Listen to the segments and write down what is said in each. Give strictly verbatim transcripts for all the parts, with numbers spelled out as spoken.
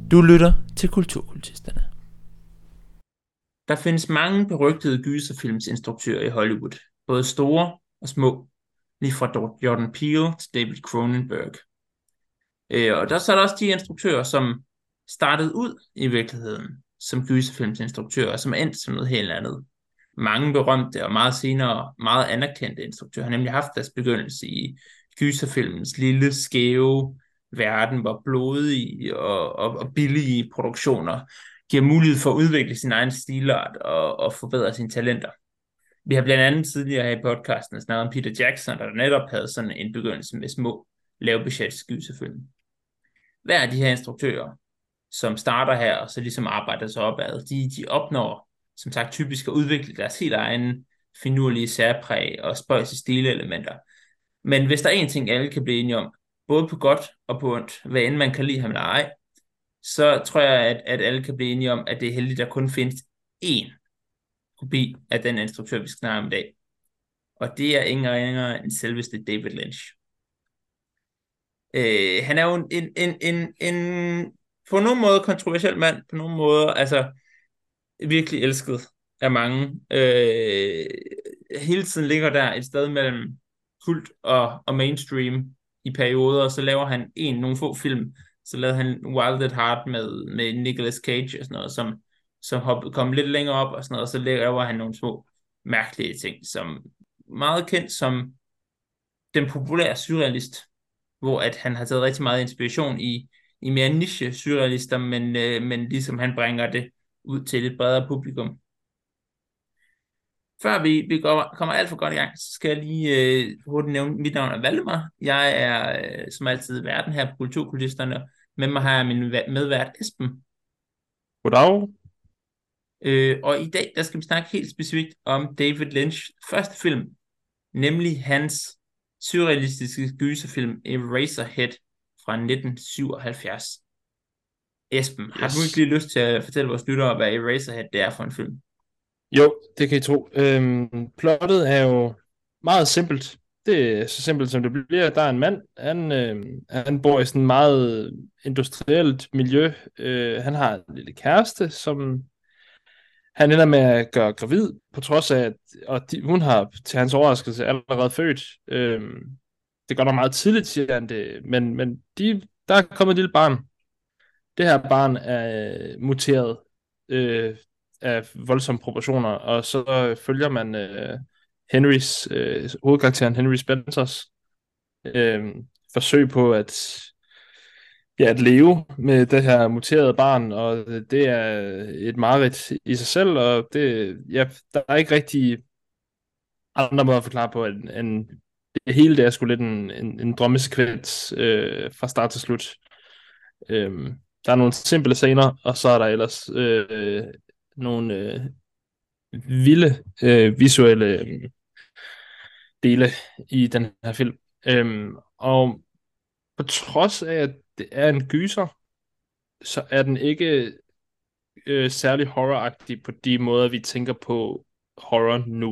Du lytter til Kulturkultisterne. Der findes mange berygtede gyserfilmsinstruktører i Hollywood, både store og små, lige fra Jordan Peele til David Cronenberg. Øh, og der så er der også de instruktører, som startede ud i virkeligheden som gyserfilmsinstruktører, som er endt som noget helt andet. Mange berømte og meget senere meget anerkendte instruktører har nemlig haft deres begyndelse i gyserfilmens lille, skæve verden, hvor blodige og, og, og billige produktioner giver mulighed for at udvikle sin egen stilart og, og forbedre sine talenter. Vi har blandt andet tidligere her i podcasten snakket om Peter Jackson, der netop havde sådan en begyndelse med små, lavbudgets gyserfilm. Hver af de her instruktører, som starter her og så ligesom arbejder sig opad, de, de opnår som sagt typisk at udvikle deres helt egen finurlige særpræg og spøjse stilelementer. Men hvis der er en ting, alle kan blive enige om, både på godt og på ondt, hvad end man kan lide ham eller ej, så tror jeg, at, at alle kan blive enige om, at det er heldigt, at der kun findes én kopi af den instruktør, vi skal snakke om i dag. Og det er ingen ringere end selveste David Lynch. Øh, han er jo en, en, en, en på nogen måde kontroversiel mand, på nogen måde altså virkelig elsket af mange. Øh, hele tiden ligger der et sted mellem kult og, og mainstream i perioder, og så laver han en, nogle få film. Så lavede han Wild at Heart med, med Nicolas Cage og sådan noget, som, som hoppede, kom lidt længere op og sådan noget, og så laver han nogle små mærkelige ting, som meget kendt som den populære surrealist, hvor at han har taget rigtig meget inspiration i, i mere niche surrealister, men, øh, men ligesom han bringer det ud til et bredere publikum. Før vi, vi går, kommer alt for godt i gang, så skal jeg lige øh, hurtigt nævne, mit navn er Valdemar. Jeg er øh, som altid verden her på Kulturkultisterne. Med mig har jeg min medvært Esben. Goddag. Øh, og i dag der skal vi snakke helt specifikt om David Lynch første film, nemlig hans surrealistiske gyserfilm Eraserhead fra nitten syvoghalvfjerds. Esben, yes. Har du ikke lige lyst til at fortælle vores lyttere, hvad Eraserhead det er for en film? Jo, det kan I tro. Øhm, plottet er jo meget simpelt. Det er så simpelt, som det bliver. Der er en mand, han, øh, han bor i sådan et meget industrielt miljø. Øh, han har en lille kæreste, som han ender med at gøre gravid, på trods af, at og de, hun har til hans overraskelse allerede født. Øh, det går nok meget tidligt, siger han det, men, men de, der er kommet et lille barn. Det her barn er øh, muteret øh, af voldsomme proportioner, og så følger man øh, Henrys, øh, hovedkarakteren Henry Spencers øh, forsøg på at, ja, at leve med det her muterede barn, og det er et mareridt i sig selv, og det, ja, der er ikke rigtig andre måder at forklare på, end, end det hele det er sgu lidt en, en, en drømmesekvens øh, fra start til slut. Øh, der er nogle simple scener, og så er der ellers øh, nogle øh, vilde øh, visuelle øh, dele i den her film. Øhm, og på trods af, at det er en gyser, så er den ikke øh, særlig horroragtig på de måder, vi tænker på horror nu.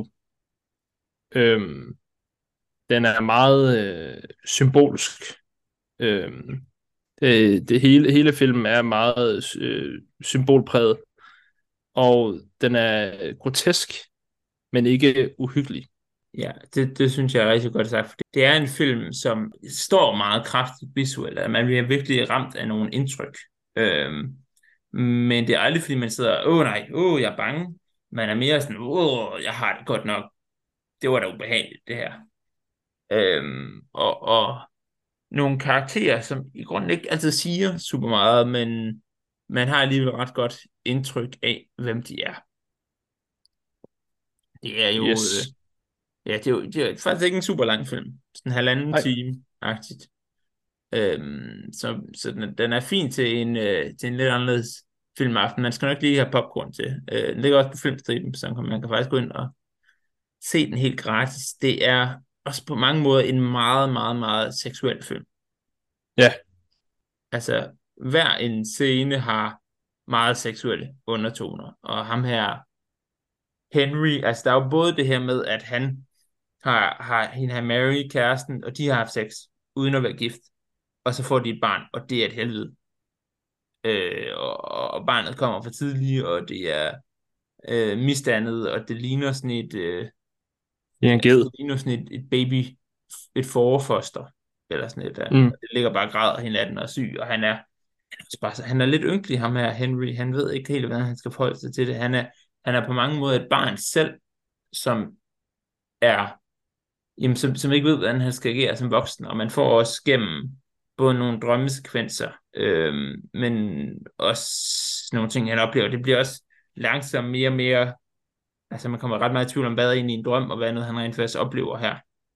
Øhm, den er meget øh, symbolsk. Øhm, det, det hele, hele filmen er meget øh, symbolpræget, og den er grotesk, men ikke uhyggelig. Ja, det, det synes jeg er rigtig godt sagt, for det er en film, som står meget kraftigt visuelt, at man bliver virkelig ramt af nogle indtryk. Øhm, men det er aldrig, fordi man sidder, åh nej, åh, jeg er bange. Man er mere sådan, åh, jeg har det godt nok. Det var da ubehageligt, det her. Øhm, og, og nogle karakterer, som i grunden ikke altid siger super meget, men man har alligevel ret godt indtryk af, hvem de er. Det er jo... Yes. Øh, Ja, det er jo, det er jo faktisk ikke en super lang film. Sådan en halvanden Nej. time-agtigt. Øhm, så så den, den er fin til en, øh, til en lidt anderledes filmaften. Man skal nok lige have popcorn til. Øh, den ligger også på Filmstriben, så man kan faktisk gå ind og se den helt gratis. Det er også på mange måder en meget, meget, meget seksuel film. Ja. Altså, hver en scene har meget seksuelle undertoner. Og ham her, Henry, altså der er jo både det her med, at han har, har hende her Mary, kæresten, og de har haft sex, uden at være gift. Og så får de et barn, og det er et helvede. øh, og, og barnet kommer for tidligt, og det er øh, misdannet, og det ligner sådan et, øh, Det er en ged. det ligner sådan et, et baby, et forfoster, eller sådan et der. Mm. Og det ligger bare og græder hele natten og er syg, og han er, bare, han er lidt ynkelig, ham her, Henry. Han ved ikke helt, hvordan han skal forholde sig til det. Han er, han er på mange måder et barn selv, som er, jamen, som, som ikke ved, hvordan han skal agere som voksen, og man får også gennem både nogle drømmesekvenser, øhm, men også nogle ting, han oplever. Det bliver også langsomt mere og mere, altså man kommer ret meget i tvivl om, hvad er egentlig en drøm, og hvad er noget, han rent faktisk oplever her.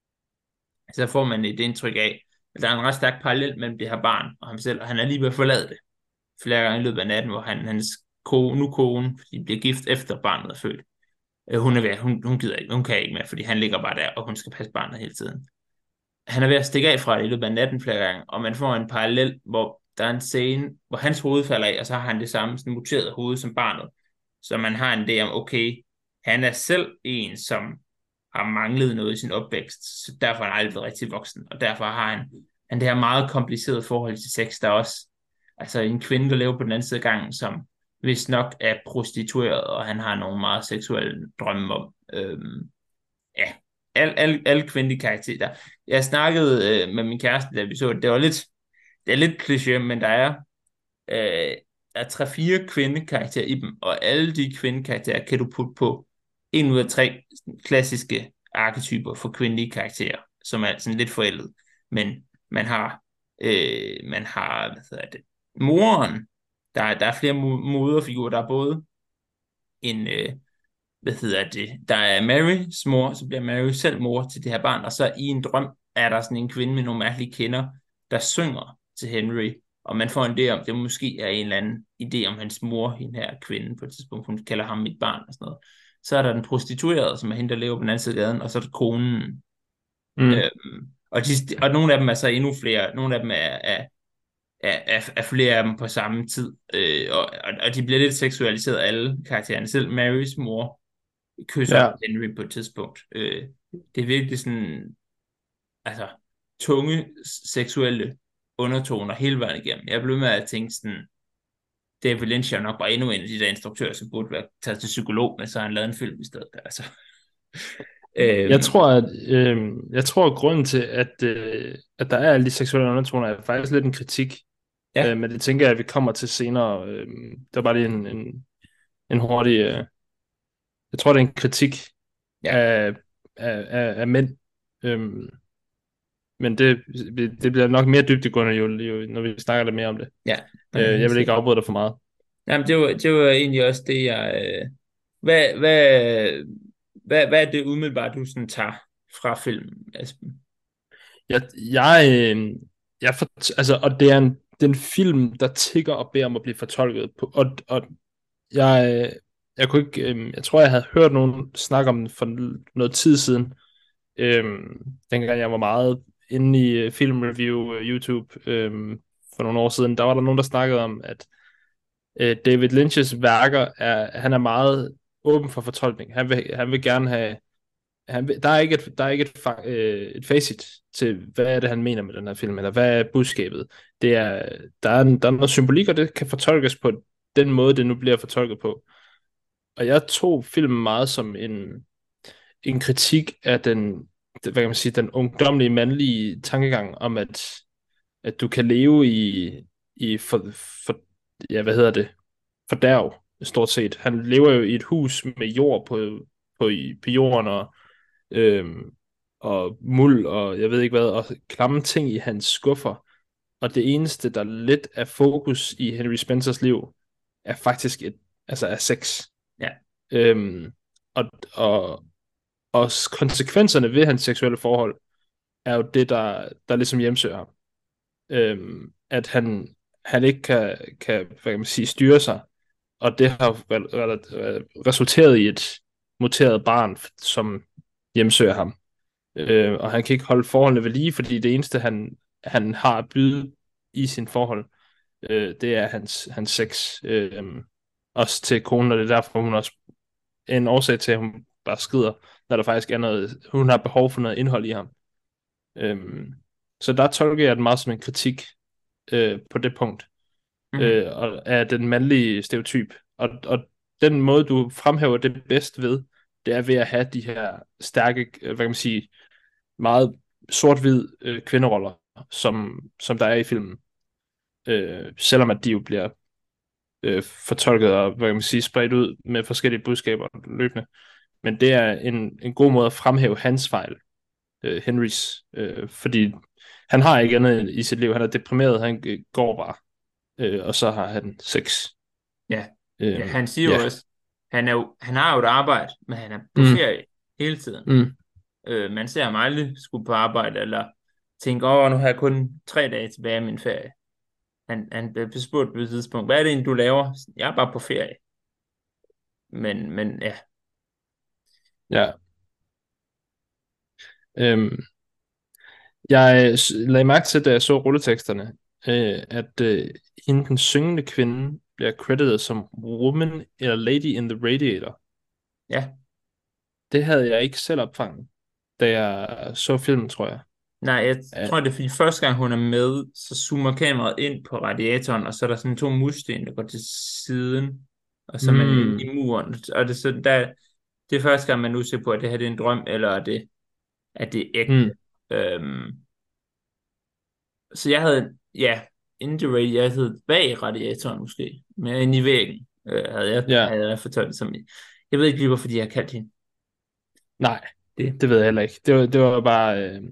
Så får man et indtryk af, at der er en ret stærk parallel mellem det her barn og ham selv, og han er lige ved at forlade det flere gange i løbet af natten, hvor han, hans kone, nu kone, fordi de bliver gift efter barnet er født. Øh, hun er ved, hun, hun gider ikke, hun kan ikke mere, fordi han ligger bare der, og hun skal passe barnet hele tiden. Han er ved at stikke af fra det i løbet af natten flere gange, og man får en parallel, hvor der er en scene, hvor hans hoved falder af, og så har han det samme sådan muterede hoved som barnet. Så man har en idé om, okay, han er selv en, som har manglet noget i sin opvækst, så derfor er han aldrig været rigtig voksen, og derfor har han, han det her meget komplicerede forhold til sex, der er også altså en kvinde, der lever på den anden side af gangen, som vist nok er prostitueret, og han har nogle meget seksuelle drømme om. Øhm, ja, alle al, al kvindelige karakterer. Jeg snakkede øh, med min kæreste, da vi så det. Det var lidt, det er lidt kliché, men der er, øh, der er tre-fire kvindekarakterer i dem, og alle de kvindekarakterer kan du putte på en ud af tre klassiske arketyper for kvindelige karakterer, som er sådan lidt forældet. Men man har, øh, man har, hvad hedder det, moren. Der, der er flere moderfigurer. Der er både en, øh, hvad hedder det, der er Marys mor, så bliver Mary selv mor til det her barn, og så i en drøm er der sådan en kvinde med nogle mærkelige kinder, der synger til Henry, og man får en idé om, det måske er en eller anden idé om hans mor, hende her kvinde, på et tidspunkt, hun kalder ham mit barn og sådan noget. Så er der den prostituerede, som er hende, der lever på den anden side af gaden, og så er der konen. Mm. Øhm, og, de, og nogle af dem er så endnu flere, nogle af dem er, er af, af, af flere af dem på samme tid. Øh, og, og, og de bliver lidt seksualiseret, alle karaktererne. Selv Marys mor kysser Ja. Henry på et tidspunkt. Øh, det er virkelig sådan, altså, tunge seksuelle undertoner hele vejen igennem. Jeg blev med at tænke sådan, David Lynch er nok bare endnu en af de der instruktører, som burde være taget til psykolog, men så har han lavet en film i stedet. Altså. øhm, Jeg tror, at øh, jeg tror, at grunden til, at, øh, at der er alle de seksuelle undertoner, er faktisk lidt en kritik. Ja. Øh, men det tænker jeg, at vi kommer til senere. Øh, det var bare lige en, en, en hurtig... Øh, jeg tror, det er en kritik Ja. af, af, af, af mænd. Øhm, men det, det bliver nok mere dybdegående, jo, jo, når vi snakker lidt mere om det. Ja. Øh, jeg vil ikke afbryde dig for meget. Jamen, det var, det var egentlig også det, jeg... Øh, hvad, hvad, hvad, hvad er det umiddelbart, du sådan tager fra filmen, Esben? Jeg, jeg, øh, jeg for, altså, og det er, en, det er en film, der tigger og beder om at blive fortolket på, og, og jeg, jeg kunne ikke, øh, jeg tror, jeg havde hørt nogen snakke om den for noget tid siden, øh, dengang jeg var meget inde i uh, filmreview uh, YouTube øh, for nogle år siden. Der var der nogen, der snakkede om, at øh, David Lynch's værker er, han er meget åben for fortolkning. Han vil, han vil gerne have, han vil, der er ikke et, der er ikke et, fa- øh, et facit til, hvad er det, han mener med den her film, eller hvad er budskabet. Det er, der, er en, der er noget symbolik, og det kan fortolkes på den måde, det nu bliver fortolket på. Og jeg tog filmen meget som en, en kritik af den, hvad kan man sige, den ungdomlige, mandlige tankegang om, at, at du kan leve i, i for, for, ja, hvad hedder det, fordærv, stort set. Han lever jo i et hus med jord på, på, på jorden, og, øhm, og muld, og jeg ved ikke hvad, og klamme ting i hans skuffer. Og det eneste, der lidt er fokus i Henry Spencers liv, er faktisk et, altså er sex. Ja. Øhm, og, og, og konsekvenserne ved hans seksuelle forhold, er jo det, der, der ligesom hjemsøger ham. Øhm, at han, han ikke kan, kan, hvad kan man sige, styre sig, og det har resulteret i et muteret barn, som hjemsøger ham. Øh, og han kan ikke holde forholdene ved lige, fordi det eneste, han, han har at byde i sin forhold, øh, det er hans, hans sex. Øh, også til konen, og det er derfor, hun også en årsag til, at hun bare skrider, når der faktisk er noget, hun har behov for noget indhold i ham. Øh, så der tolker jeg det meget som en kritik øh, på det punkt. Mhm. øh, og er den mandlige stereotyp. Og, og den måde, du fremhæver det bedst ved, det er ved at have de her stærke, øh, hvad kan man sige, meget sort-hvid øh, kvinderoller, som, som der er i filmen. Øh, selvom at de jo bliver øh, fortolket og, hvad kan man sige, spredt ud med forskellige budskaber løbende. Men det er en, en god måde at fremhæve hans fejl, øh, Henrys, øh, fordi han har ikke andet i sit liv. Han er deprimeret, han øh, går bare, øh, og så har han sex. Ja. Ja, Øh, han siger ja. jo også, han, er jo, han har jo et arbejde, men han er på Mm, ferie hele tiden. mm, Øh, man ser ham aldrig skulle på arbejde, eller tænke, åh, nu har jeg kun tre dage tilbage af min ferie. Han, han blev spurgt på et tidspunkt, hvad er det egentlig, du laver? Jeg er bare på ferie. Men, men ja, ja. Øhm, jeg s- lagde mærke til, da jeg så rulleteksterne, øh, at øh, hende, den syngende kvinde, bliver credited som woman eller lady in the radiator. ja. Det havde jeg ikke selv opfanget, da jeg så filmen, tror jeg. Nej, jeg Ja. tror, det er fordi første gang, hun er med, så zoomer kameraet ind på radiatoren, og så er der sådan to mursten, der går til siden, og så er man inde Mm, i muren. Og det, er så der, det er første gang, man nu ser på, at det her det er en drøm, eller er det, at det er ægte. mm, Øhm, så jeg havde, ja, inde i radi- jeg havde bag radiatoren måske, men inde i væggen, øh, havde jeg, ja, havde jeg fortalt det som, jeg ved ikke lige, hvorfor de har kaldt hende nej, det. det ved jeg heller ikke. Det var, det var bare... Øh...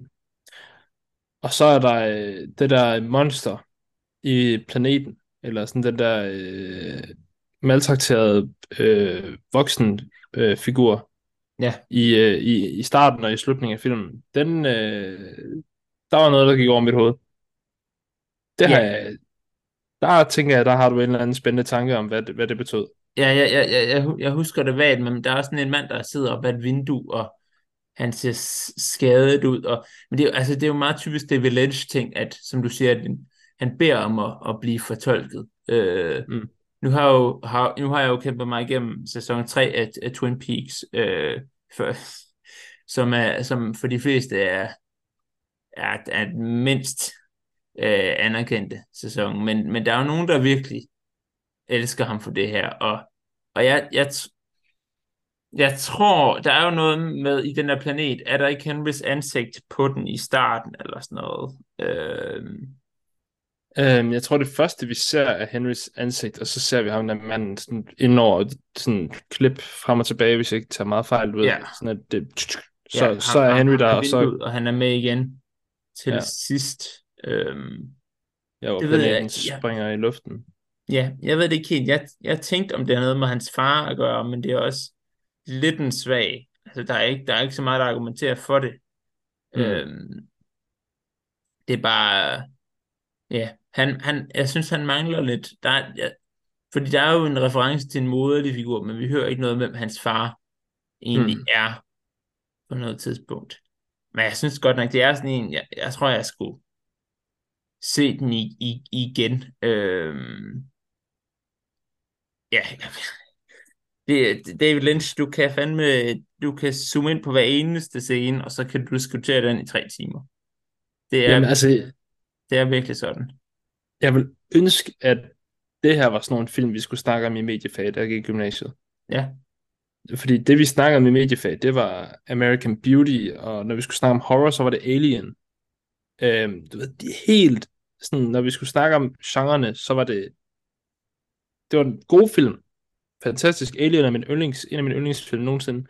Og så er der øh, det der monster i planeten, eller sådan den der øh, maltrakterede øh, voksen øh, figur Ja, i, øh, i, i starten og i slutningen af filmen. Den, øh, der var noget, der gik over mit hoved. Det har ja, jeg, der tænker jeg, der har du en eller anden spændende tanke om, hvad det, hvad det betød. ja, ja, ja, ja, jeg, hu- jeg husker det vagt, men der er sådan en mand, der sidder op ad et vindue, og han ser s- skadet ud. Og, men det er, jo- altså, det er jo meget typisk David Lynch-ting, at, som du siger, at han beder om at, at blive fortolket. Øh, Mm. nu, har jeg jo, har, nu har jeg jo kæmpet mig igennem sæson tre af, af Twin Peaks, øh, for, som, er, som for de fleste er, er, er den mindst øh, anerkendte sæson. Men, men der er jo nogen, der virkelig elsker ham for det her. Og, og jeg, jeg, Jeg tror, der er jo noget med i den her planet, er der ikke Henrys ansigt på den i starten, eller sådan noget. Øh, Øhm, jeg tror, det første, vi ser, er Henrys ansigt, og så ser vi ham der manden sådan ind over sådan klip frem og tilbage, hvis jeg ikke tager meget fejl, du ved. ja, Sådan at det, ja, så, så ham, er ham, Henry ham der, er og så vinduet, og han er med igen til ja, sidst. Øh, ja, hvor det ved jeg, planeten ja, springer i luften. ja, jeg ved det ikke helt. Jeg, jeg tænkte, om det er noget med hans far at gøre, men det er også lidt en svag. Altså, der er ikke, der er ikke så meget, der argumenterer for det. Mm. Øh, det er bare, ja, han, han, jeg synes, han mangler lidt. Der er, ja, fordi der er jo en reference til en moderlig figur, men vi hører ikke noget om, hvem hans far egentlig Mm. er på noget tidspunkt. Men jeg synes godt nok, det er sådan en, jeg, jeg tror, jeg skulle se den i, i, igen. Øhm, ja, det, det- David Lynch, du kan fandme, du kan zoome ind på hver eneste scene, og så kan du diskutere den i tre timer. Det er, Jamen altså, det er virkelig sådan. jeg vil ønske, at det her var sådan nogle film, vi skulle snakke om i mediefaget, der gik i gymnasiet. Ja, Fordi det, vi snakkede om i mediefaget, det var American Beauty, og når vi skulle snakke om horror, så var det Alien. Øhm, du ved, de er helt sådan, når vi skulle snakke om genrerne, så var det, det var en god film. Fantastisk. Alien er min yndlings, en af mine yndlingsfilm nogensinde.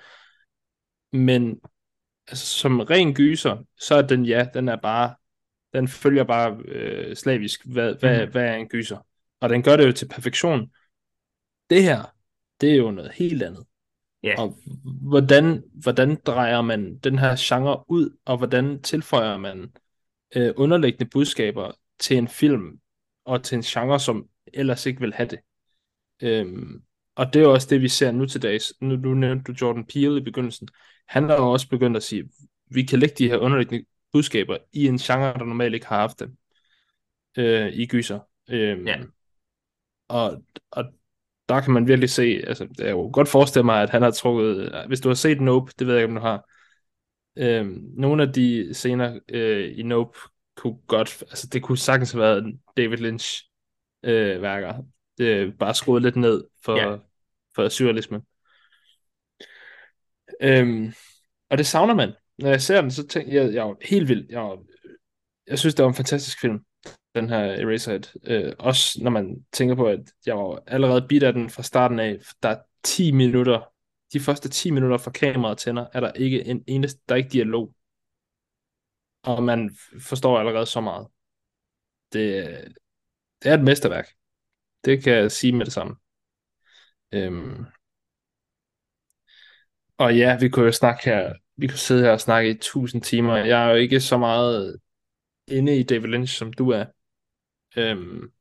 Men altså, som ren gyser, så er den, ja, den er bare, den følger bare øh, slavisk, hvad, hvad, mm-hmm. hvad er en gyser. Og den gør det jo til perfektion. Det her, det er jo noget helt andet. Ja, Og hvordan, hvordan drejer man den her genre ud, og hvordan tilføjer man øh, underliggende budskaber til en film, og til en genre, som ellers ikke vil have det. Øhm, og det er jo også det, vi ser nu til dags. Nu, nu nævnte du Jordan Peele i begyndelsen. Han har jo også begyndt at sige, vi kan lægge de her underliggende budskaber i en genre, der normalt ikke har haft dem øh, i gyser. ja, Øhm, og, og der kan man virkelig se, altså det er jo godt forestille mig, at han har trukket, hvis du har set Nope, det ved jeg ikke, om du har, øhm, nogle af de scener øh, i Nope kunne godt, altså det kunne sagtens have været David Lynch øh, værker. Det er bare skruet lidt ned Ja, for, for surrealisme. Øhm, og det savner man. Når jeg ser den, så tænker jeg, jeg er jo helt vild. Jeg, var, jeg synes, det var en fantastisk film, den her Eraserhead. Øh, også når man tænker på, at jeg var allerede bidt af den fra starten af. Der er ti minutter, de første ti minutter fra kameraet tænder, er der ikke en eneste, der er ikke dialog. Og man forstår allerede så meget. Det, det er et mesterværk. Det kan jeg sige med det samme. Øhm, og ja, vi kunne jo snakke her, vi kunne sidde her og snakke i tusind timer. Jeg er jo ikke så meget inde i David Lynch, som du er. Øhm,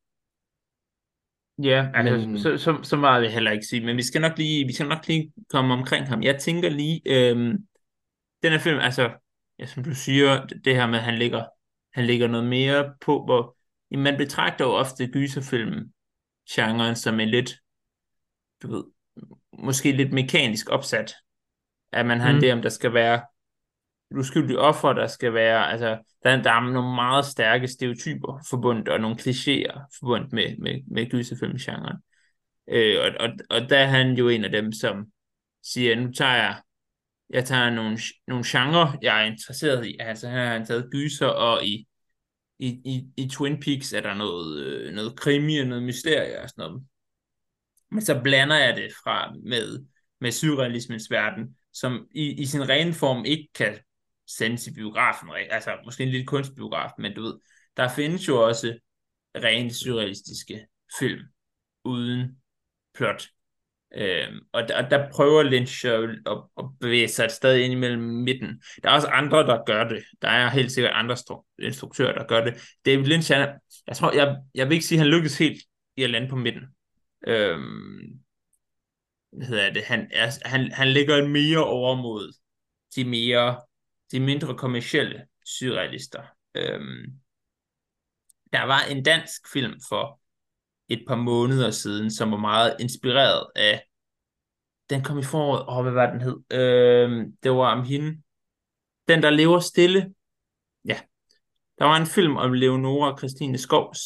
ja, altså, men så, så, så meget vil jeg heller ikke sige, men vi skal nok lige, vi skal nok lige komme omkring ham. Jeg tænker lige, øhm, den her film, altså, ja, som du siger, det det her med, at han ligger, han ligger noget mere på, hvor jamen, man betragter jo ofte gyserfilm genren som en lidt, du ved, måske lidt mekanisk opsat, at man har en idé mm, om, der skal være uskyldige offer, der skal være, altså, der, der er nogle meget stærke stereotyper forbundet, og nogle klichéer forbundet med, med, med gyserfilmgenren. Øh, og, og, og der er han jo en af dem, som siger, nu tager jeg, jeg tager nogle, nogle genrer, jeg er interesseret i. Altså her har han taget gyser, og i, i, i, i Twin Peaks er der noget, øh, noget krimi og noget mysterie og sådan noget. Men så blander jeg det fra med, med surrealismens verden, som i, i sin rene form ikke kan sendes i biografen. Altså måske en lille kunstbiograf, men du ved, der findes jo også rent surrealistiske film uden plot. Øhm, og, der, og der prøver Lynch at, at, at bevæge sig et sted ind imellem midten. Der er også andre, der gør det. Der er helt sikkert andre stru- instruktører, der gør det. David Lynch, han, er- jeg tror, jeg, jeg vil ikke sige, at han lykkes helt i at lande på midten. Øhm, hvad hedder det? Han, er, han, han ligger mere over mod de mere, de mindre kommercielle surrealister. Øhm, der var en dansk film for et par måneder siden, som var meget inspireret af, den kom i foråret, åh, hvad var den hed? Øhm, det var om hende. Den, der lever stille. Ja, der var en film om Leonora Christine Skovs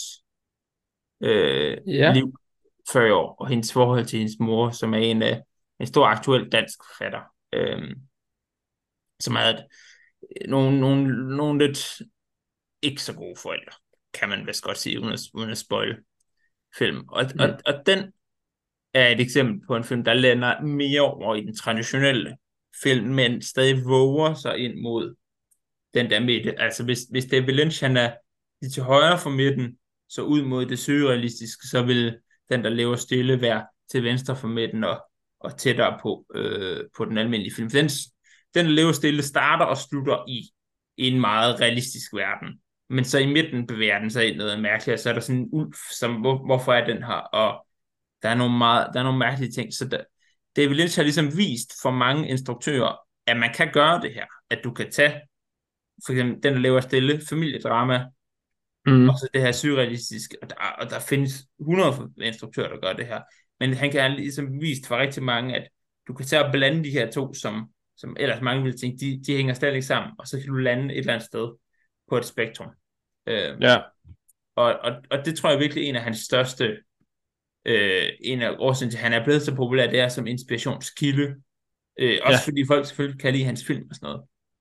øh, ja, liv fyrre år, og hendes forhold til hendes mor, som er en af en stor aktuel dansk forfatter, øh, som havde et, nogle, nogle, nogle lidt ikke så gode forældre, kan man vist godt sige, uden at, uden at spoil film. Og, og, mm, og den er et eksempel på en film, der lander mere over i den traditionelle film, men stadig våger sig ind mod den der midte. Altså hvis, hvis David Lynch han er lige til højre for midten, så ud mod det surrealistiske, så vil den, der lever stille, være til venstre for midten og, og tættere på, øh, på den almindelige film. Den, den, der lever stille, starter og slutter i, i en meget realistisk verden. Men så i midten bevæger den sig ind noget mærkeligt, og så er der sådan en ulv, som, hvor, hvorfor er den her? Og der er nogle, meget, der er nogle mærkelige ting. Så der, David Lynch har ligesom vist for mange instruktører, at man kan gøre det her. At du kan tage for eksempel den, der lever stille, familiedrama, og mm, så det her surrealistiske, og der, og der findes hundrede instruktører, der gør det her. Men han kan have ligesom vist for rigtig mange, at du kan tage og blande de her to, som, som ellers mange vil tænke, de, de hænger stadig ikke sammen, og så kan du lande et eller andet sted på et spektrum. Øhm, ja, og, og, og det tror jeg virkelig er en af hans største, øh, en af årsagen til, at han er blevet så populær, det er som inspirationskilde. Øh, også ja, fordi folk selvfølgelig kan lide hans film og sådan noget.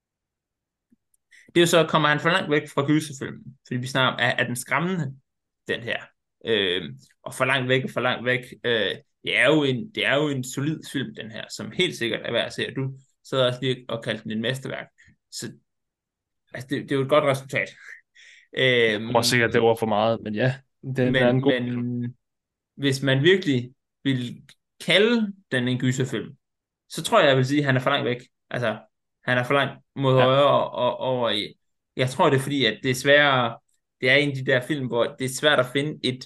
Det er jo så, kommer han for langt væk fra gyserfilmen, fordi vi snakker om, er, er den skræmmende, den her? Øh, og for langt væk og for langt væk. Øh, det, er jo en, det er jo en solid film, den her, som helt sikkert er værd at se, og du sad også lige og kaldte den et mesterværk. Så altså, det, det er jo et godt resultat. jeg Øh, tror sikkert, det var for meget, men ja, den er en men, god film. men hvis man virkelig vil kalde den en gyserfilm, så tror jeg, jeg vil sige, at han er for langt væk. Altså, han er for langt mod Ja, højre og, og over i. Jeg tror, det er fordi, at det er sværere, det er en af de der film, hvor det er svært at finde et,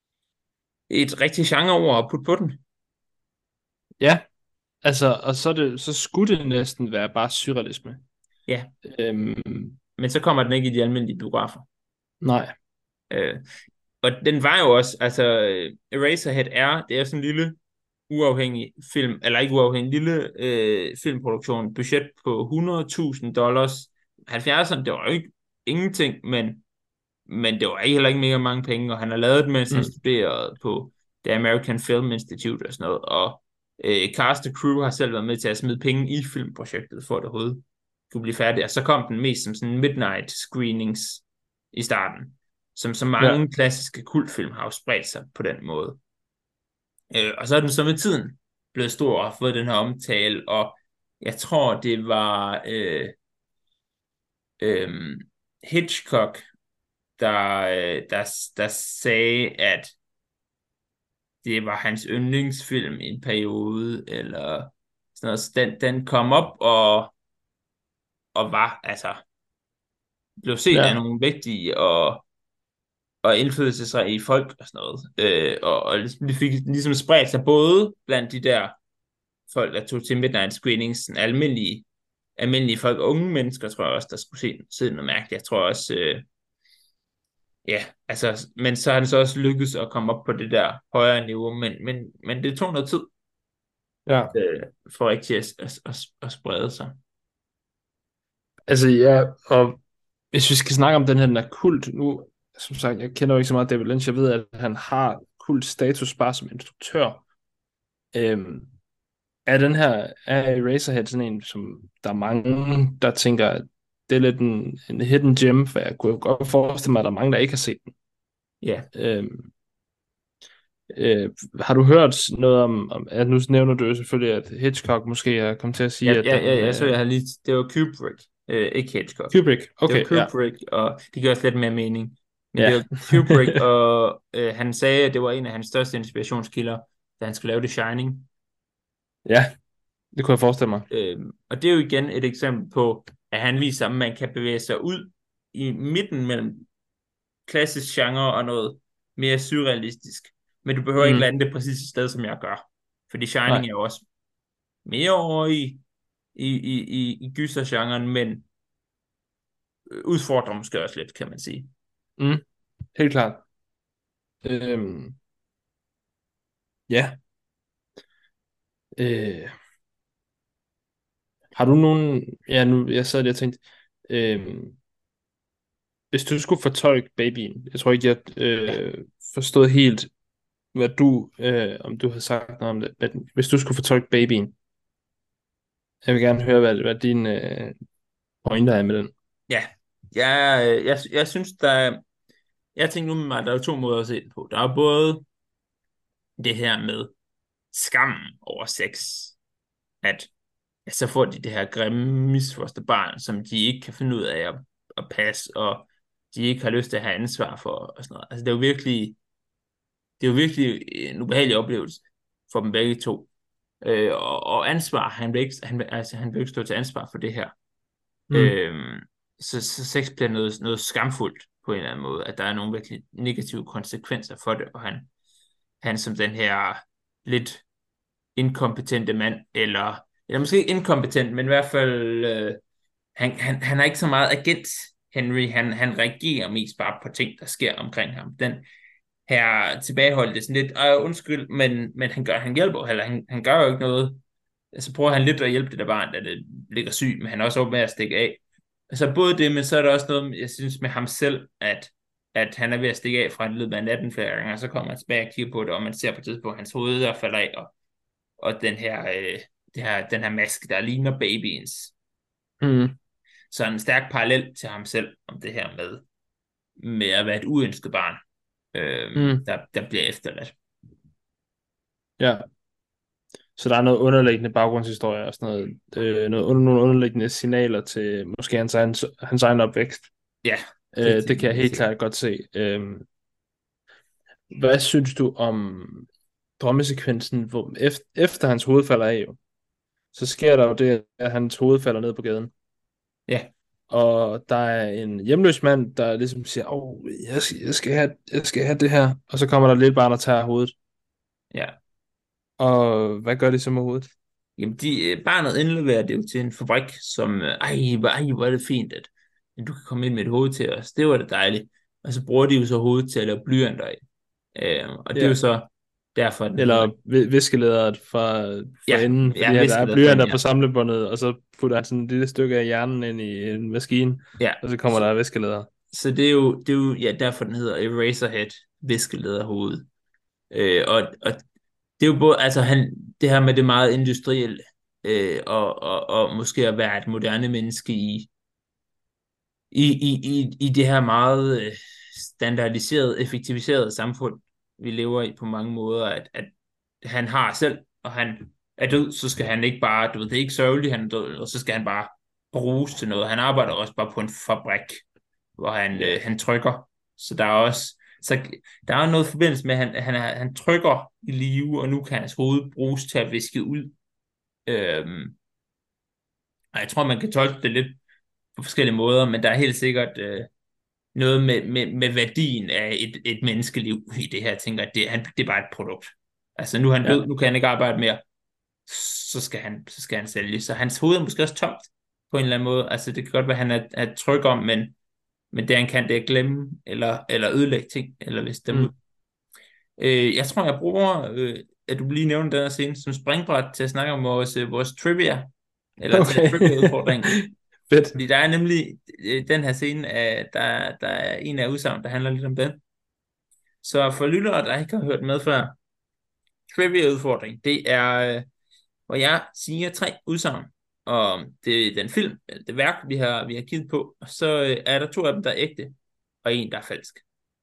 et rigtigt genreord at putte på den. ja, altså, og så, er det, så skulle det næsten være bare surrealisme. Ja, Øhm, men så kommer den ikke i de almindelige biografer. nej, Øh, og den var jo også, altså Eraserhead er, det er sådan en lille uafhængig film, eller ikke uafhængig, lille øh, filmproduktion, budget på hundrede tusind dollars. halvfjerdserne, det var jo ikke ingenting, men men det var ikke heller ikke mega mange penge, og han har lavet det, mens han Mm. studerede på The American Film Institute og sådan noget, og øh, cast og crew har selv været med til at smide penge i filmprojektet, for at det overhovedet kunne blive færdigt, og så kom den mest som sådan midnight screenings i starten, som så Ja. mange klassiske kultfilm har jo spredt sig på den måde. Øh, og så er den så med tiden blevet stor og har fået den her omtale, og jeg tror, det var øh, øh, Hitchcock, der, øh, der, der sagde, at det var hans yndlingsfilm i en periode, eller sådan noget. Så den, den kom op og, og var, altså, blev set af Ja. nogle vigtige og, og indflydelsesrige folk og sådan noget. Øh, og, og ligesom- de fik ligesom spredt sig både blandt de der folk, der tog til midnight screenings, sådan almindelige, almindelige folk, unge mennesker, tror jeg også, der skulle se, se noget mærkeligt. Jeg tror også, øh, ja, altså, men så har han så også lykkedes at komme op på det der højere niveau, men, men, men det tog noget tid Ja. øh, for rigtig at, at, at, at sprede sig. Altså, ja, og hvis vi skal snakke om den her, den er kult, nu, som sagt, jeg kender jo ikke så meget David Lynch, jeg ved, at han har kult status bare som instruktør. Øhm, er den her, er Eraserhead sådan en, som der er mange, der tænker, at det er lidt en, en hidden gem, for jeg kunne jo godt forestille mig, at der er mange, der ikke har set den. Ja, Øhm, øh, har du hørt noget om, om, at nu nævner du jo selvfølgelig, at Hitchcock måske er kommet til at sige, ja, at ja, ja, den, ja så øh, jeg har lige, det var Kubrick, øh, ikke Hitchcock. Kubrick, Det var okay, ja, Kubrick, og det giver også lidt mere mening. Men det ja, var Kubrick, og øh, han sagde, at det var en af hans største inspirationskilder, da han skulle lave The Shining. ja, det kunne jeg forestille mig. Øh, og det er jo igen et eksempel på, at han viser, at man kan bevæge sig ud i midten mellem klassisk genre og noget mere surrealistisk. Men du behøver ikke Mm, lande det præcis et sted, som jeg gør. Fordi Shining nej, er jo også mere over i, i, i, i, i gysergenren, men udfordrer måske også lidt, kan man sige. mm, helt klart. Øhm, ja, øh, har du nogen, ja, nu, jeg sad lige og tænkte, øhm, hvis du skulle fortolke babyen, jeg tror ikke, jeg Ja, øh, forstod helt, hvad du, øh, om du har sagt noget om det, men hvis du skulle fortolke babyen, jeg vil gerne høre, hvad, hvad dine øh, pointer er med den. ja. Jeg, jeg, jeg synes, der er, jeg tænker nu med mig, der er jo to måder at se det på. Der er både det her med skammen over sex, at ja, så får de det her grimme misforståede barn, som de ikke kan finde ud af at, at passe, og de ikke har lyst til at have ansvar for, og sådan noget. Altså, det er jo virkelig, det er jo virkelig en ubehagelig oplevelse for dem begge to. Øh, og, og ansvar, han vil, ikke, han, vil, altså, han vil ikke stå til ansvar for det her. Mm, Øh, så, så sex bliver noget, noget skamfuldt på en eller anden måde, at der er nogle virkelig negative konsekvenser for det, og han, han som den her lidt inkompetente mand, eller, eller måske ikke inkompetent, men i hvert fald, øh, han, han, han er ikke så meget agent, Henry, han, han reagerer mest bare på ting, der sker omkring ham. Den her tilbageholdte sådan lidt, øh, undskyld, men, men han, gør, han hjælper, eller han, han gør jo ikke noget. Så prøver han lidt at hjælpe det der barn, da det ligger syg, men han er også over med at stikke af. Så både det, men så er der også noget, jeg synes med ham selv, at, at han er ved at stikke af fra en løbet af natten flere gange, og så kommer han tilbage og kigger på det, og man ser på et tidspunkt hans hoved, der falder af, og, og den her, øh, det her, den her maske, der ligner babyens. mm, Så en stærk parallel til ham selv, om det her med, med at være et uønsket barn, øh, mm, der, der bliver efterladt. ja. Så der er noget underliggende baggrundshistorie og sådan noget, øh, noget under, nogle underliggende signaler til måske hans egen, hans egen opvækst. Ja, Øh, det, det kan jeg det, helt det, klart godt se. Øh, hvad synes du om drømmesekvensen, hvor efter, efter hans hoved falder af, jo, så sker der jo det, at hans hoved falder ned på gaden. ja, Og der er en hjemløs mand, der ligesom siger, åh, jeg skal, jeg skal have, jeg skal have det her. Og så kommer der et lille barn og tager hovedet. ja. Og hvad gør de så med hovedet? Jamen, de, øh, barnet indleverer det jo til en fabrik, som, øh, ej, hvor, ej, hvor er det fint, at du kan komme ind med et hoved til os. Det var det dejligt. Og så bruger de jo så hovedet til at lave blyanter af. Øh, og det er jo Ja. så derfor, den hedder, Eller vi- viskelæderet fra, fra ja, enden, fordi ja, ja, der er viskelæder for blyanter enden, på ja. samlebåndet, og så putter han sådan et lille stykke af hjernen ind i en maskine, Ja, og så kommer der viskelæder. så det er jo, det er jo ja, derfor den hedder Eraserhead, viskelederhoved. Øh, og, og det er jo både, altså han, det her med det meget industrielle, øh, og, og, og måske at være et moderne menneske i, i, i, i, i det her meget øh, standardiserede, effektiviserede samfund, vi lever i på mange måder, at, at han har selv, og han er død, så skal han ikke bare, du ved, det er ikke sørgeligt, han er død, og så skal han bare bruges til noget. Han arbejder også bare på en fabrik, hvor han, Ja. øh, han trykker. Så der er også, så der er noget forbindelse med, at han, han, er, han trykker i live, og nu kan hans hoved bruges til at viske ud. Øhm, og jeg tror, man kan tolke det lidt på forskellige måder, men der er helt sikkert øh, noget med, med, med værdien af et, et menneskeliv i det her. Jeg tænker, at det, han, det er bare et produkt. Altså nu er han Ja. død, nu kan han ikke arbejde mere, så skal han, så skal han sælge. Så hans hoved er måske også tomt på en eller anden måde. Altså det kan godt være, at han er, er tryg om, men, men det han kan, det er at glemme, eller, eller ødelægge ting, eller hvis dem Mm. ud. Øh, jeg tror, jeg bruger, øh, at du lige nævnte den her scene, som springbræt til at snakke om vores, øh, vores trivia, eller til Okay. trivia-udfordring. Fedt. Fordi der er nemlig øh, den her scene, af, der, der er en af udsagn, der handler lidt om den. Så for lyttere, der ikke har hørt med før, trivia-udfordring, det er, øh, hvor jeg siger tre udsagn om det, den film, eller det værk, vi har, vi har kigget på, og så øh, er der to af dem, der er ægte, og en, der er falsk.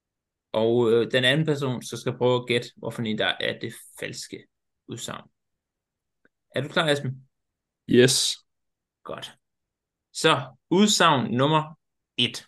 Og øh, den anden person, så skal prøve at gætte, hvorfor en der er det falske udsagn. Er du klar, Esben? Yes. Godt. Så udsagn nummer et.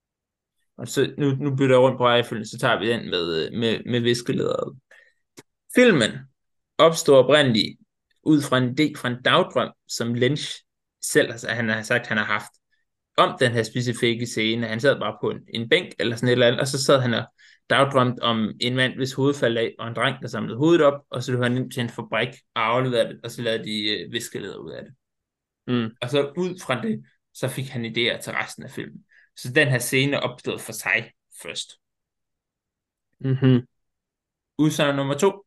Og så nu, nu bytter jeg rundt på rækkefølgen, så tager vi den med, med, med viskelederet. Filmen opstår oprindeligt ud fra en idé fra en dagdrøm, som Lynch selv altså, han har sagt, han har haft om den her specifikke scene. Han sad bare på en, en bænk eller sådan et eller andet, og så sad han og dagdrømt om en mand, hvis hoved faldt af, og en dreng, der samlede hovedet op, og så løb han ind til en fabrik og afleverede det, og så lavede de øh, viskeleder ud af det. Mm. Og så ud fra det, så fik han idéer til resten af filmen. Så den her scene opstod for sig først. Mm-hmm. Udsagn nummer to.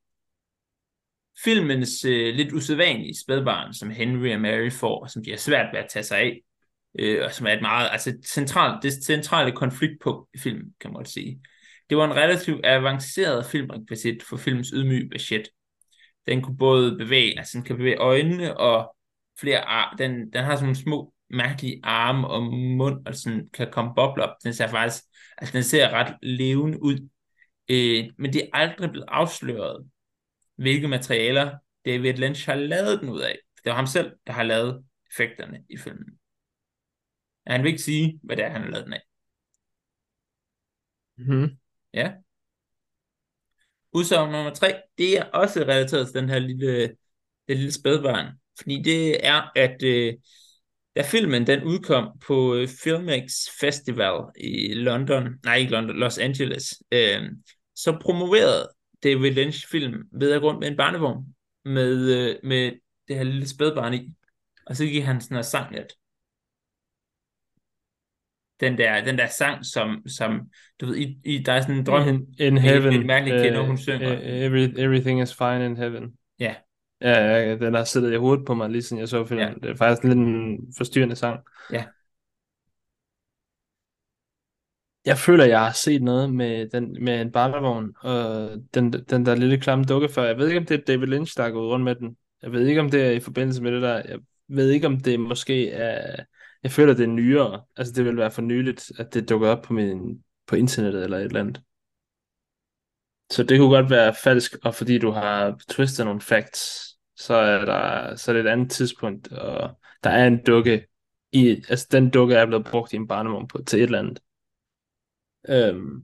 Filmens øh, lidt usædvanlige spædbarn, som Henry og Mary får, som de har svært ved at tage sig af, øh, og som er et meget, altså centralt, det centrale konfliktpunkt i filmen, kan man godt sige. Det var en relativt avanceret filmrekvisit for filmens ydmyge budget. Den kunne både bevæge, altså den kan bevæge øjnene og flere ar- den, den har sådan nogle små mærkelige arme og mund, og sådan kan komme bobler op. Den ser faktisk, altså den ser ret levende ud. Øh, men det er aldrig blevet afsløret, hvilke materialer David Lynch har lavet den ud af. Det var ham selv, der har lavet effekterne i filmen. Han vil ikke sige, hvad det er, han har lavet den af. Mm-hmm. Ja. Udsagn nummer tre, det er også relateret til den her lille, det lille spædbarn. Fordi det er, at øh, da filmen den udkom på øh, Filmex Festival i London, nej ikke London, Los Angeles, øh, så promoverede David Lynch film ved at gå rundt med en barnevogn med, øh, med det her lille spædbarn i. Og så gik han sådan og sang lidt. Den der, den der sang, som, som du ved, i, i, der er sådan en drøm In, in med heaven. et mærkeligt kender, hun uh, synger. every, everything is fine in heaven. Ja. Ja, ja, den har siddet i hovedet på mig, lige siden jeg så filmen. Ja. Det er faktisk lidt en forstyrrende sang. Ja. Jeg føler, jeg har set noget med, den, med en barnevogn, og den, den der lille klamme dukke før. Jeg ved ikke, om det er David Lynch, der er gået rundt med den. Jeg ved ikke, om det er i forbindelse med det der. Jeg ved ikke, om det måske er... Jeg føler, det er nyere. Altså, det vil være for nyligt, at det dukker op på, min, på internettet eller et eller andet. Så det kunne godt være falsk, og fordi du har twistet nogle facts, så er, der, så er det et andet tidspunkt, og der er en dukke i... Altså, den dukke er blevet brugt i en barnevogn på, til et eller andet. Øhm,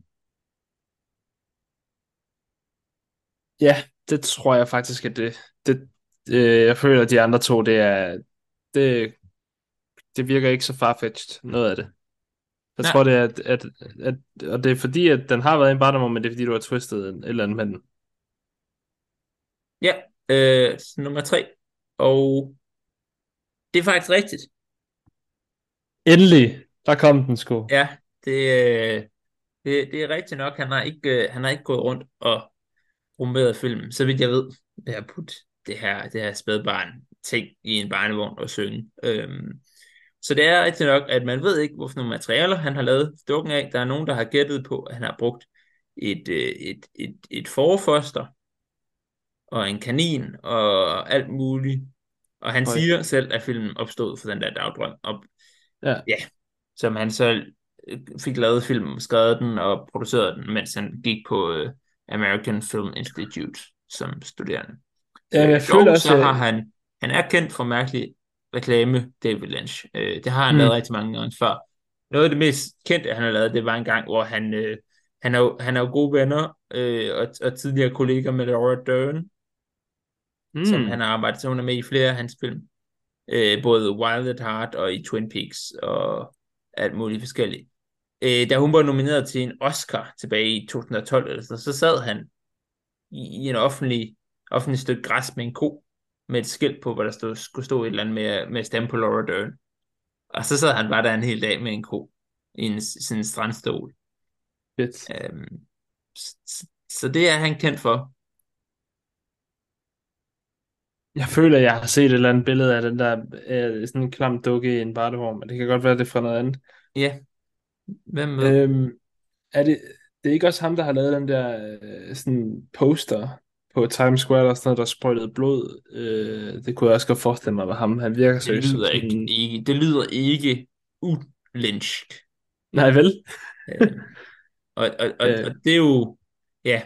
Ja, det tror jeg faktisk, at det, det øh, jeg føler, at de andre to, det er, det, det virker ikke så farfetched, noget af det. Jeg Nej. tror, det er, at, at, at, og det er fordi, at den har været i en barndom, men det er fordi, du har twistet et eller andet med den. Ja, øh, nummer tre. Og det er faktisk rigtigt. Endelig, der kom den sgu. Ja, det, øh, det, det er rigtigt nok. Han har ikke, øh, han har ikke gået rundt og rummeret filmen, så vidt jeg ved. Det har puttet det her, det her spædbarn ting i en barnevogn og synge. Øhm, Så det er rigtig nok, at man ved ikke, hvorfor nogle materialer han har lavet dukken af. Der er nogen, der har gættet på, at han har brugt et, øh, et, et, et forfoster og en kanin og alt muligt. Og han Høj. siger selv, at filmen opstod for den der dagdrøm. Og Ja. ja, som han så øh, fik lavet filmen, skrevet den og produceret den, mens han gik på øh, American Film Institute som studerende. Ja, Øh, jeg føler dog også, så at... har han, han er kendt for mærkelig reklame, David Lynch. Øh, det har han lavet Mm. rigtig mange gange før. Noget af det mest kendte, han har lavet, det var en gang, hvor han, øh, han, er, jo, han er jo gode venner øh, og, og tidligere kolleger med Laura Dern, som han Mm. har arbejdet, så hun er med i flere af hans film. Øh, både Wild at Heart og i Twin Peaks og alt muligt forskelligt. Øh, da hun var nomineret til en Oscar tilbage i to tusind og tolv, eller så, så sad han i, i en offentlig, offentlig stykke græs med en ko, med et skilt på, hvor der stod, skulle stå et eller andet med, med stemme på Laura Dern. Og så sad han bare der en hel dag med en ko i en, sådan en strandstol. Fedt. Øhm, så, så det er han kendt for. Jeg føler, jeg har set et eller andet billede af den der øh, sådan en klam dukke i en bartevogn, men det kan godt være, det er fra noget andet. Ja, hvem ved? Øhm, er det, det er ikke også ham, der har lavet den der øh, sådan poster på Times Square, eller sådan noget, der sprøjtede blod? Øh, det kunne jeg også godt forestille mig var ham. Han virker Det seriøst som lyder sådan ikke, en... ikke det lyder ikke ulynsk. Nej, vel? Øhm, og, og, og, Øh, og det er jo, ja,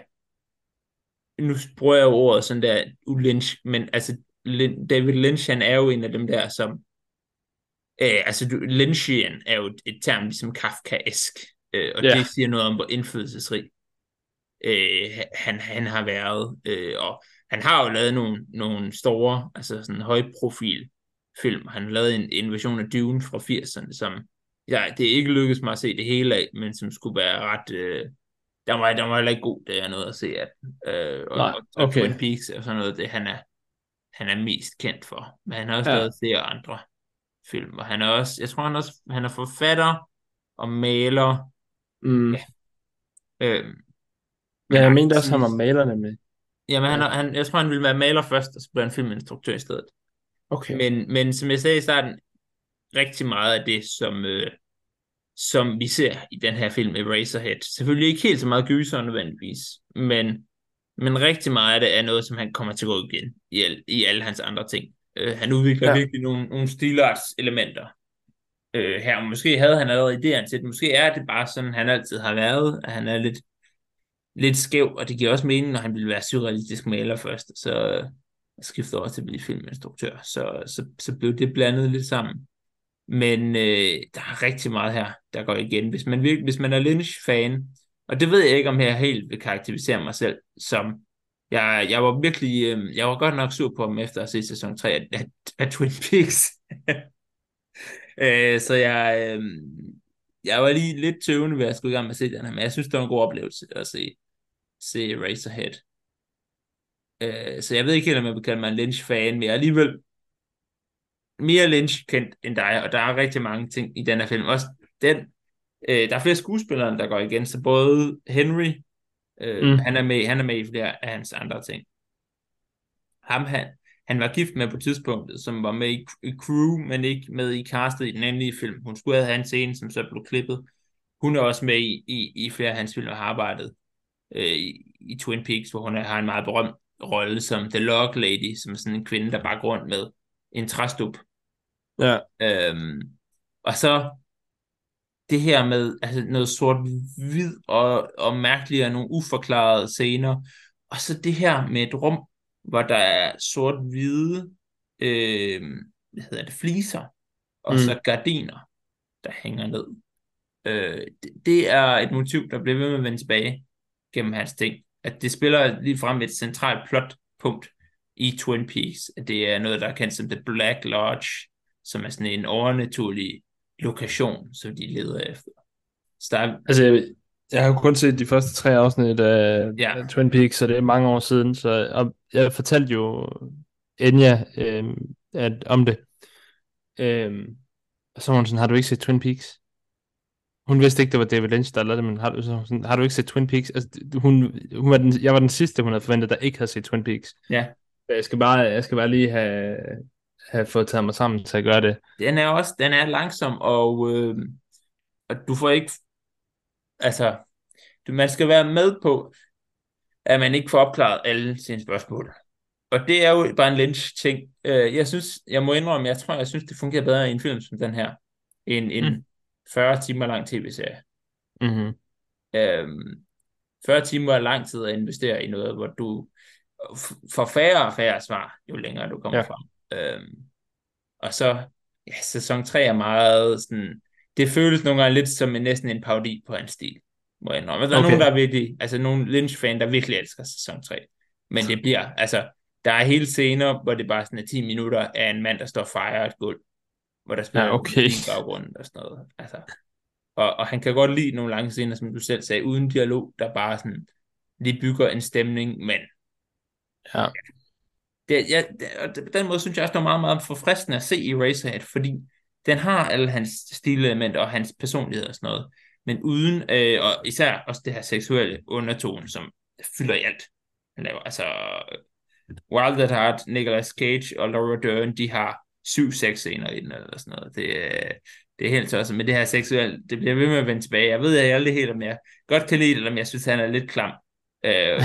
nu bruger jeg jo ordet sådan der ulynsk, men altså Lin- David Lynch, han er jo en af dem der, som Øh, altså, du, Lynchian er jo et, et term ligesom Kafkaesk, øh, og ja, det siger noget om, hvor indflydelsesrig øh, han, han har været. Øh, og han har jo lavet nogle, nogle store, altså sådan højprofil film. Han har lavet en, en version af Dune fra firserne, som ja, det er ikke lykkedes mig at se det hele af, men som skulle være ret... Øh, der var, der var heller ikke god, det er noget at se af. Øh, og, nej, og, og okay. Twin Peaks og sådan noget, det han er, han er mest kendt for. Men han har også Ja, lavet flere andre film, og han er også, jeg tror han også, han er forfatter og maler, mm. ja, øhm, Ja, men jeg jeg mente kan også, han sige, var maler nemlig. jamen han, Ja, er- han, jeg tror han ville være maler først, og så blev han filminstruktør i stedet. okay. Men, men som jeg sagde i starten, rigtig meget af det, som, øh, som vi ser i den her film, Eraserhead, selvfølgelig ikke helt så meget gyser nødvendigvis, men, men rigtig meget af det er noget, som han kommer til at gå igen i, al, i alle hans andre ting. Øh, han udvikler Ja, virkelig nogle, nogle stilarts elementer øh, her. Måske havde han allerede idéer til det. Måske er det bare sådan, han altid har været, at han er lidt, lidt skæv, og det giver også mening, når han ville være surrealistisk maler først, så skifter over til at blive filminstruktør. Så, så, så blev det blandet lidt sammen. Men øh, der er rigtig meget her, der går igen. Hvis man, virkelig, hvis man er Lynch-fan, og det ved jeg ikke, om jeg helt vil karakterisere mig selv som, jeg, jeg var virkelig, øh, jeg var godt nok sur på ham efter at se sæson tre af, af, af Twin Peaks. Øh, så jeg, øh, jeg var lige lidt tøvende ved at skulle i gang med at se den her, men jeg synes, det var en god oplevelse at se, se Eraserhead. Øh, så jeg ved ikke helt, om jeg vil kalde mig en Lynch-fan, men jeg er alligevel mere Lynch-kendt end dig, og der er rigtig mange ting i den her film. Også den, øh, der er flere skuespillere, der går igen, så både Henry, øh, mm. han er med, han er med i flere af hans andre ting. Ham, han, han var gift med på tidspunktet, som var med i, i crew, men ikke med i castet i den endelige film. Hun skulle have en scene, som så blev klippet. Hun er også med i, i, i flere af hans film og har arbejdet øh, i, i Twin Peaks, hvor hun er, har en meget berømt rolle som The Log Lady, som er sådan en kvinde, der bare går rundt med en træstup. Ja, Øhm, og så det her med altså noget sort-hvid og, og mærkeligt og nogle uforklarede scener. Og så det her med et rum, hvor der er sort-hvide øh, hvad hedder det, fliser, og så mm. gardiner, der hænger ned. Øh, det, det er et motiv, der bliver ved med at vende tilbage gennem hans ting. At det spiller lige frem et centralt plotpunkt i Twin Peaks. At det er noget, der er kendt som The Black Lodge, som er sådan en overnaturlig lokation, som de leder efter. Så der er, Altså, jeg, jeg har jo kun set de første tre afsnit af, ja, af Twin Peaks, så det er mange år siden, så og jeg fortalte jo Enya øh, at, om det. Øh, og så var hun sådan, har du ikke set Twin Peaks? Hun vidste ikke, det var David Lynch, der lavede det, men har, du, så, sådan, har du ikke set Twin Peaks? Altså, hun, hun var den, jeg var den sidste, hun havde forventet, der ikke havde set Twin Peaks. ja, Jeg skal bare, jeg skal bare lige have, have fået taget mig sammen til at gøre det. Den er også, den er langsom, og, øh, og du får ikke, altså, du, man skal være med på, at man ikke får opklaret alle sine spørgsmål. Og det er jo bare en Lynch-ting. Øh, Jeg synes, jeg må indrømme, jeg tror, jeg synes, det fungerer bedre i en film som den her, end en Mm. fyrre timer lang tv-serie. Mm-hmm. Øhm, fyrre timer er lang tid at investere i noget, hvor du f- får færre og færre svar, jo længere du kommer Ja. frem. Øhm, og så, ja, sæson tre er meget sådan, det føles nogle gange lidt som en, næsten en parodi på hans stil, må jeg indrømme. Der er Okay. nogen, der er virkelig, altså nogle Lynch-fan, der virkelig elsker sæson tre. Men det bliver, altså, der er hele scener, hvor det bare sådan er ti minutter af en mand, der står og fejrer et gulv, hvor der spiller Ja, ja, okay. okay. i baggrunden og sådan noget. Altså, og, og han kan godt lide nogle lange scener, som du selv sagde, uden dialog, der bare sådan, lige bygger en stemning, men Ja. det, ja, det, og det- på den måde synes jeg også, det er meget, meget forfriskende at se Eraserhead, fordi den har alle hans stilelementer og hans personlighed og sådan noget, men uden, øh, og især også det her seksuelle undertone, som fylder i alt. Han laver, altså, Wild at Heart, Nicolas Cage og Laura Dern, de har syv sexscener i den, eller sådan noget. Det, er- det er helt tosset, men det her seksuelle, det bliver ved med at vende tilbage. Jeg ved jeg aldrig helt, om jeg godt kan lide det, eller om jeg synes, han er lidt klam. Øh,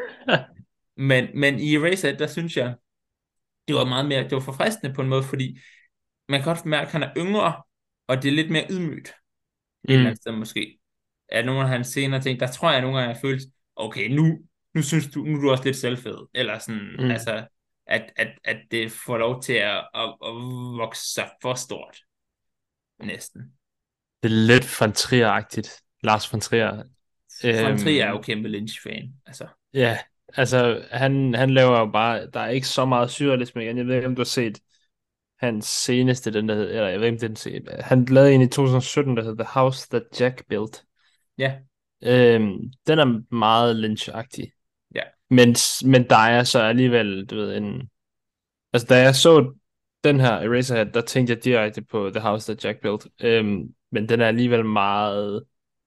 men, men i Eraserhead, der synes jeg, det var meget mere, det var forfriskende på en måde, fordi man kan godt mærke, at han er yngre, og det er lidt mere ydmygt, et eller Mm. andet sted måske. At nogle af hans senere ting, der tror jeg nogle gange, jeg følte, okay, nu, nu synes du, nu er du også lidt selvfed, eller sådan, Mm. altså, at, at, at det får lov til at, at, at vokse sig for stort, næsten. Det er lidt von Trier-agtigt. Lars von Trier. Von Trier er jo Øhm, kæmpe Lynch-fan, altså. ja, altså han, han laver jo bare, der er ikke så meget surrealisme igen. Jeg ved ikke, om du har set hans seneste, den der hed, eller jeg ved ikke, om det er den seneste. Han lavede en i to tusind og sytten, der hed The House That Jack Built. Ja, Øhm, den er meget Lynch-agtig. ja, Men, men der er så alligevel, du ved, en... Altså, da jeg så den her Eraserhead, der tænkte jeg direkte på The House That Jack Built. Øhm, men den er alligevel meget...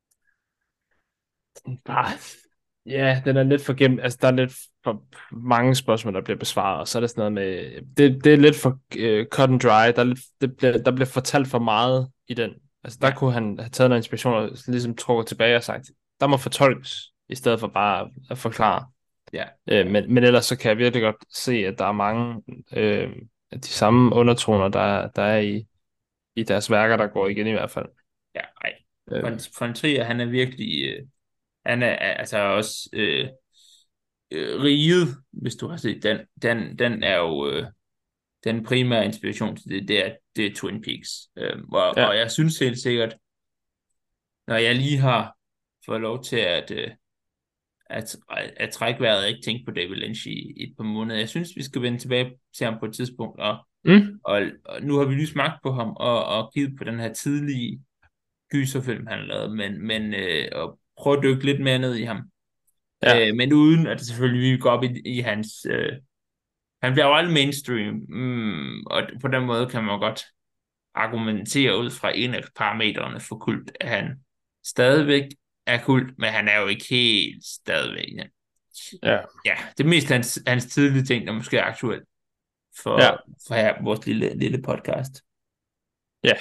Bare, ja, den er lidt for gennem... Altså, der er lidt for mange spørgsmål, der bliver besvaret, og så er det sådan noget med... Det, det er lidt for uh, cut and dry. Der, er lidt, det bliver, der bliver fortalt for meget i den. Altså, der ja, kunne han have taget noget inspiration og ligesom trukket tilbage og sagt, der må fortolkes, i stedet for bare at forklare. ja. Øh, men, men ellers så kan jeg virkelig godt se, at der er mange øh, af de samme undertoner, der, der er i, i deres værker, der går igen i hvert fald. Ja, ej. Øh, Von, von Trier, han er virkelig, øh, han er er altså også øh, øh, Riget, hvis du har set den, den, den er jo øh, den primære inspiration til det, det er, det er Twin Peaks. Øh, og, ja, og jeg synes helt sikkert, når jeg lige har fået lov til at, øh, at, at trække vejret og ikke tænke på David Lynch i, i et par måneder, jeg synes, vi skal vende tilbage til ham på et tidspunkt, og, mm, og, og nu har vi lige smagt på ham, og, og givet på den her tidlige gyserfilm, han har lavet, men, men øh, og prøve at dykke lidt mere ned i ham. ja, Øh, men uden at det selvfølgelig vi går op i, i hans... Øh, han bliver jo aldrig mainstream, mm, og på den måde kan man godt argumentere ud fra en af parametrene for kult, at han stadigvæk er kult, men han er jo ikke helt stadigvæk. Ja, ja, ja det er mest hans, hans tidlige ting, der måske er aktuelt for, ja, for her vores lille, lille podcast. ja.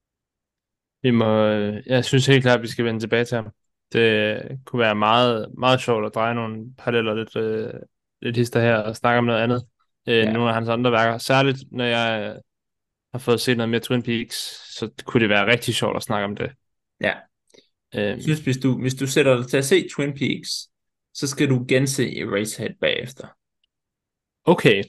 Vi må, øh, jeg synes helt klart, at vi skal vende tilbage til ham. Det kunne være meget, meget sjovt at dreje nogle paralleller lidt, øh, lidt hister her og snakke om noget andet øh, end Ja, nogle af hans andre værker. Særligt, når jeg øh, har fået set noget mere Twin Peaks, så kunne det være rigtig sjovt at snakke om det. ja. Jeg Øhm, synes, hvis du, hvis du sætter dig til at se Twin Peaks, så skal du gense Eraserhead bagefter. okay,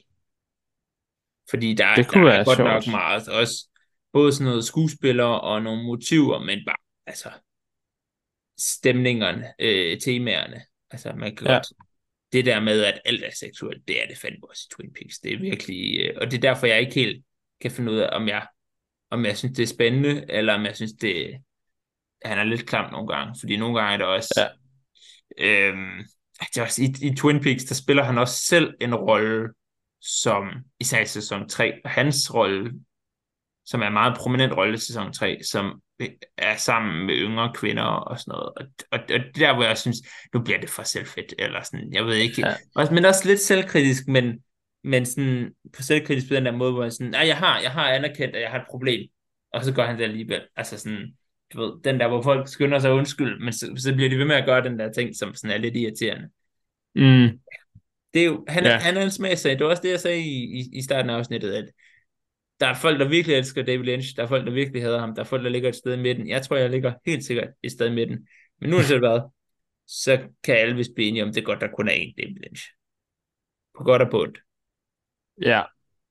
Fordi der, det der kunne er være godt nok sjovt. meget, også både sådan noget skuespillere og nogle motiver, men bare, altså, stemningerne, øh, temaerne. Altså, man kan Ja, godt, det der med, at alt er seksuelt, det er det fandme også i Twin Peaks. Det er virkelig, øh, og det er derfor, jeg ikke helt kan finde ud af, om jeg, om jeg synes, det er spændende, eller om jeg synes, det, han er lidt klam nogle gange. Fordi nogle gange er det også, ja, øhm, det er også i, i Twin Peaks, der spiller han også selv en rolle, som især i sæson tre, og hans rolle, som er en meget prominent rolle i sæson tre, som er sammen med yngre kvinder og sådan noget. Og, og, og det der, hvor jeg synes, nu bliver det for selvfedt, eller sådan, jeg ved ikke. ja, Også, men også lidt selvkritisk, men, men sådan på selvkritisk på den der måde, hvor han sådan, nej, jeg har, jeg har anerkendt, at jeg har et problem, og så gør han det alligevel. Altså sådan, du ved, den der, hvor folk skynder sig undskyld, men så, så bliver de ved med at gøre den der ting, som sådan er lidt irriterende. Mm, Det er jo, han, er- ja. han er en smagsag. Det var også det, jeg sagde i, i, i starten af afsnittet, at der er folk, der virkelig elsker David Lynch, der er folk, der virkelig hader ham, der er folk, der ligger et sted i midten. Jeg tror, jeg ligger helt sikkert et sted i midten. Men nu er det selv været, så kan alle vist blive enige om, det er godt, der kun er én David Lynch. På godt og på ondt. Ja,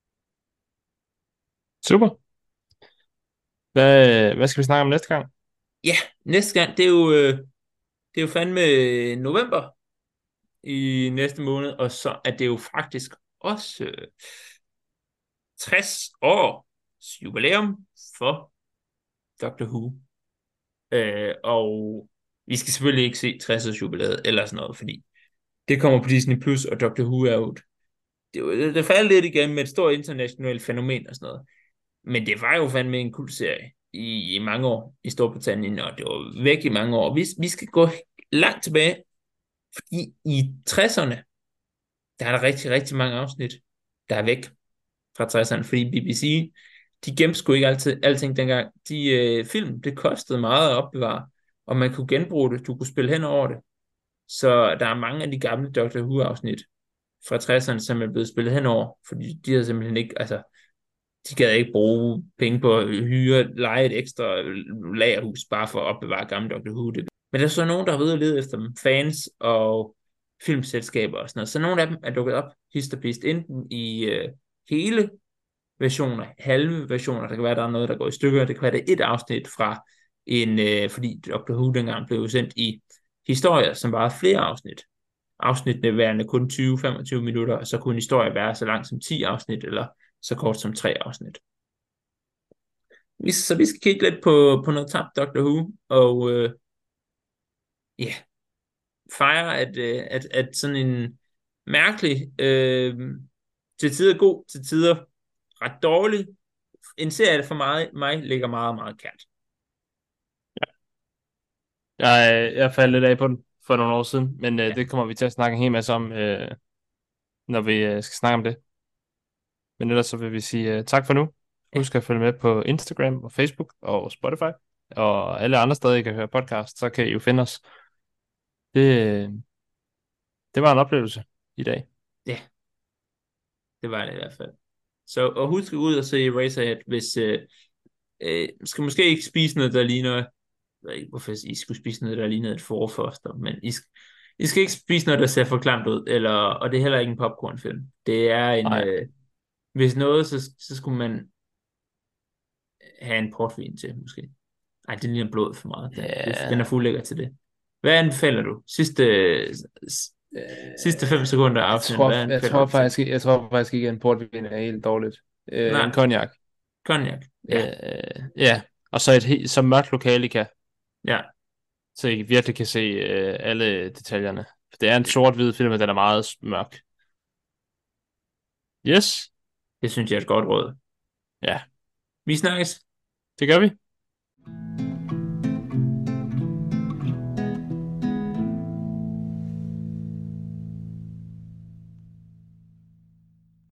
super. Hvad, hvad skal vi snakke om næste gang? Ja, næste gang, det er jo, øh, det er jo fandme november i næste måned, og så er det jo faktisk også øh, tres års jubilæum for Doctor Who. Øh, og vi skal selvfølgelig ikke se tres års jubilæet eller sådan noget, fordi det kommer på Disney Plus, og Doctor Who er jo et, det, er jo- det faldt lidt igen med et stort internationalt fænomen og sådan noget. Men det var jo fandme en kul serie i, i mange år i Storbritannien, og det var væk i mange år. Vi, vi skal gå langt tilbage, fordi i tresserne, der er der rigtig, rigtig mange afsnit, der er væk fra tresserne, fordi B B C, de gemte sgu ikke altid, alting dengang. De øh, film, det kostede meget at opbevare, og man kunne genbruge det, du kunne spille hen over det. Så der er mange af de gamle Doctor Who-afsnit fra tresserne, som er blevet spillet hen over, fordi de havde simpelthen ikke, altså, de gad ikke bruge penge på at hyre, lege et ekstra lagerhus, bare for at opbevare gamle Doctor Who. Det. Men der er så nogen, der har været ude og lede efter dem, fans og filmselskaber og sådan noget. Så nogle af dem er dukket op, hist og pist, enten i øh, hele versioner, halve versioner, der kan være, der er noget, der går i stykker, det kan være, det er et afsnit fra en, øh, fordi Doctor Who dengang blev sendt i historier, som var flere afsnit. Afsnittene værende kun tyve til femogtyve minutter, og så kunne en historie være så lang som ti afsnit, eller så kort som tre afsnit. Vi- Så vi skal kigge lidt på, på noget tabt Doctor Who, og øh, ja, yeah, fejre, at, øh, at, at sådan en mærkelig, øh, til tider god, til tider ret dårlig, en serie for mig, mig ligger meget, meget kært. Jeg, jeg faldt lidt af på den for nogle år siden, men øh, Ja, det kommer vi til at snakke en hel masse om, øh, når vi øh, skal snakke om det. Men ellers så vil vi sige øh, tak for nu. ja, Husk at følge med på Instagram og Facebook og Spotify og alle andre steder, I kan høre podcast, så kan I jo finde os. Det, øh, det var en oplevelse i dag. ja, det var det i hvert fald. Så og husk at gå ud og se Eraserhead, hvis øh, øh, skal måske ikke spise noget, der ligner, jeg ved ikke, hvorfor I skulle spise noget, der ligner et forfoster, men I, sk- I skal ikke spise noget, der ser for klamt ud, eller, og det er heller ikke en popcornfilm. Det er en, Nej. øh, hvis noget, så, så skulle man have en portvin til, måske. Ej, det ligner blod for meget. Den, det, den er Ja, fuld lækker til det. Hvad anbefaler du? Sidste, s- sidste fem øh, sekunder af jeg aftenen, tror, hvad jeg anbefaler tror du til? faktisk, ikke- jeg tror faktisk ikke, at en portvin er helt dårligt. Øh, en Nej, cognac. cognac. Ja, Øh, ja, og så et helt, så mørkt lokale, I kan, ja, så I virkelig kan se øh, alle detaljerne. For det er en sort-hvid film, og den er meget mørk. Yes, det synes jeg er et godt råd. ja, Vi snakkes. det gør vi.